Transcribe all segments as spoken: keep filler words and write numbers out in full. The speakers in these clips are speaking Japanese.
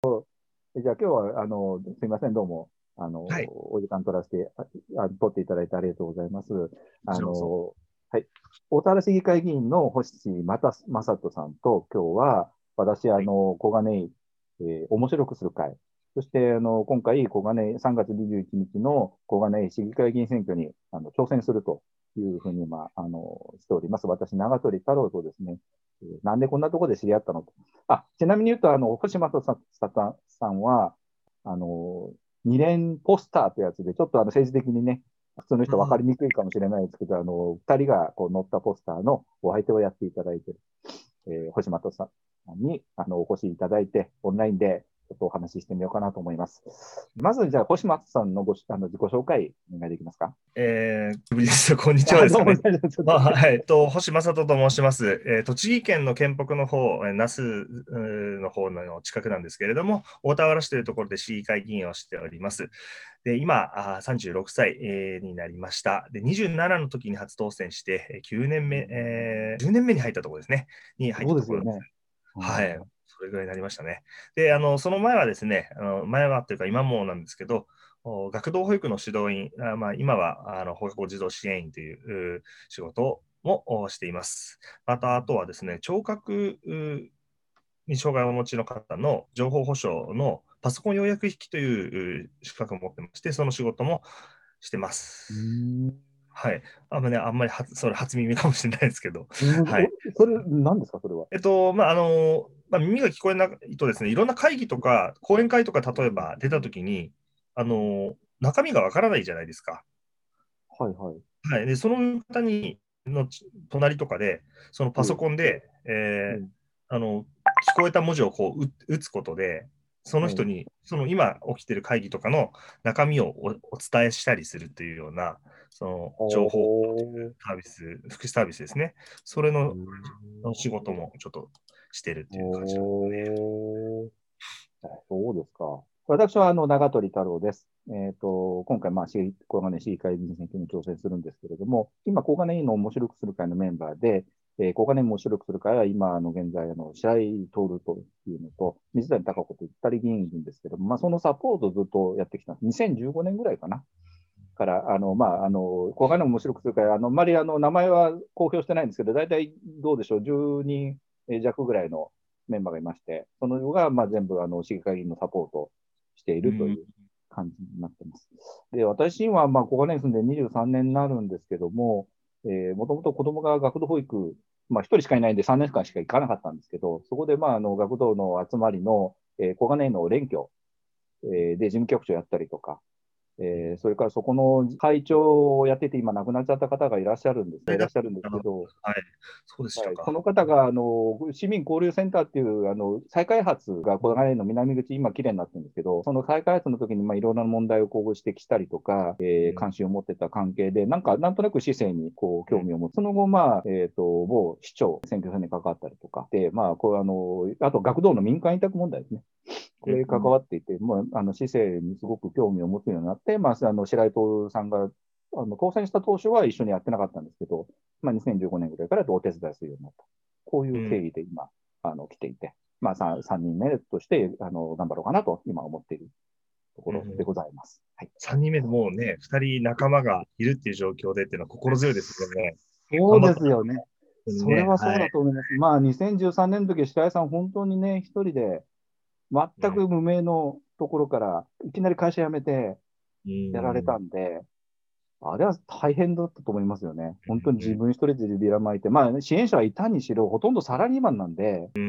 じゃあ今日は、あの、すいません、どうも、あの、 はい。 お時間取らせて、あ、あ取っていただいてありがとうございます。あこちらこそ。 の、はい。大田原市議会議員の星又正人さんと、今日は、私、あはい。 の、小金井、えー面白くする会、そして、あの、今回、小金井、さんがつにじゅういちにちの小金井市議会議員選挙に、あの、挑戦するというふうに、まあ、あの、しております。私、長鳥太郎とですね、えーなんでこんなところで知り合ったのと。あ、ちなみに言うと、あの、星正さんさんは、あの、二連ポスターというやつで、ちょっとあの政治的にね、普通の人分かうん。 りにくいかもしれないですけど、あの、二人がこう載ったポスターのお相手をやっていただいている、えー星又さんにあのお越しいただいて、オンラインでちょっとお話ししてみようかなと思います。まず、じゃあ、星又さんのごあの自己紹介、お願いできますか？ えー、ぶりです。こんにちはあ、どうも、 ですかね。 ちょっと、 まあ、はい。えっと、星正人と申します。えー栃木県の県北の方、えー那須うーの方の近くなんですけれども、大田原市というところで市議会議員をしております。で、今、あさんじゅうろくさい、えーになりました。で、にじゅうななの時に初当選して、えーきゅうねんめ、えーじゅうねんめに入ったところですね。に入っそうたところです。 ですよね。うはい。 ん、 それぐらいになりましたね。で、あの、その前はですね、あの前はというか今もなんですけど、お学童保育の指導員、あまあ、今はあの保護児童支援員というう仕事もおしています。また、あとはですね、聴覚うに障害をお持ちの方の情報保障のパソコン要約筆記というう資格を持ってまして、その仕事もしてまうす。 ん、 はい。あんまね、あんまりはそれ初耳かもしれないですけど、はい。 それ、何ですか、それは？ えっと、まあ、あの、まあ、耳が聞こえないとですね、いろんな会議とか、講演会とか、例えば出たときに、あの、中身がわからないじゃないですか。 はいはい。 はい。で、その方に、の隣とかで、そのパソええ、 コンで、えーええ、 あの、聞こえた文字をこう、う打つことで、そのはい。 人に、その今起きてる会議とかの中身をお、お伝えしたりするというような、その情報おー。 サービス、福祉サービスですね。それの、 への仕ー、 事もちょっとしてるっていう感じなんです。 おー。そうですか。私は、あの、長鳥太郎です。えっと、今回、まあ、市小金井市議会議員選挙に挑戦するんですけれども、今、小金井の面白くする会のメンバーで、えー、小金井面白くする会は、今、あの、現在、あの、白井徹というのと、水谷孝子と二人議員いるんですけども、まあ、そのサポートをずっとやってきたんです。にせんじゅうごねんぐらいかな。から、あの、まあ、あの、小金井面白くする会、あの、あんまり、あの、名前は公表してないんですけど、大体、どうでしょう、じゅうにん弱ぐらいのメンバーがいまして、その人が、まあ、全部、あの、市議会議員のサポートをしていうん。 るという感じになってます。で、私は、まあ、小金井に住んでにじゅうさんねんになるんですけども、えー、もともと子供が学童保育、まあ、一人しかいないんでさんねんかんしか行かなかったんですけど、そこで、まあ、あの、学童の集まりの、えー、小金井の連挙、えー、で、事務局長やったりとか、えー、それからそこの会長をやってて、今亡くなっちゃった方がいらっしゃるんです、 あれだいらっしゃるんですあのけど、 はい。そうでしたはい、そか。 の方があの市民交流センターっていうあの再開発が小金井の南口、今、綺麗になってるんですけど、その再開発の時にまあいろんな問題をこう指摘したりとか、えー、 うん。 関心を持ってた関係で、なんかなんとなく市政にこううん。 興味を持つ、その後、まあえーと、某市長選挙戦に関わったりとか、でまあ、こうあのあと学童の民間委託問題ですね。これ関うん。 わっていて、まあ、あの市政にすごく興味を持つようになって、まあ、あの白井徹さんがあの当選した当初は一緒にやってなかったんですけど、まあ、にせんじゅうごねんぐらいからお手伝いするようになった。こういう経うん。 緯で今、あの来ていて、まあ、さんにんめとしてあの頑張ろうかなと今思っているところでうん。 ございます。はい、 さんにんめでもうね、ふたり仲間がいるっていう状況でっていうのは心強いですよね。 そう頑張ったですよね。 のにね。 それはそうはい。 だと思います。まあ、にせんじゅうさんねんの時、白井さん、本当にね、一人で全うん。 く無名のところからいきなり会社辞めてうやられたん。 んで、あれは大変だったと思いますよね。本当にうん。 自分一人でビラ巻いて、まあ、支援者はいたにしろ、ほとんどサラリーマンなんで、 うん。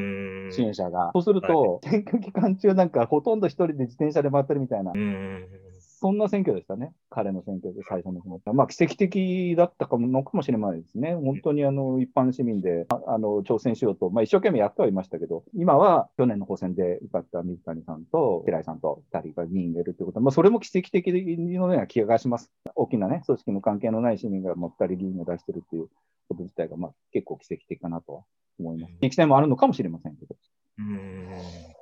支援者が。そうするはい。 と、選挙期間中なんかほとんど一人で自転車で回ってるみたいな、 うん。 そんな選挙でしたね。彼の選挙で最初の選挙。まあ、奇跡的だったかものかもしれないですね。本当にあの一般市民でああの挑戦しようと、まあ、一生懸命やってはいましたけど、今は去年の補選で受かった水谷さんと平井さんとふたりが議員がいるということは、まあ、それも奇跡的のような気がします。大きな、ね、組織の関係のない市民がもうふたり議員を出しているということ自体が、まあ、結構奇跡的かなとは思います。 うん。 自治体もあるのかもしれませんけど。 うん。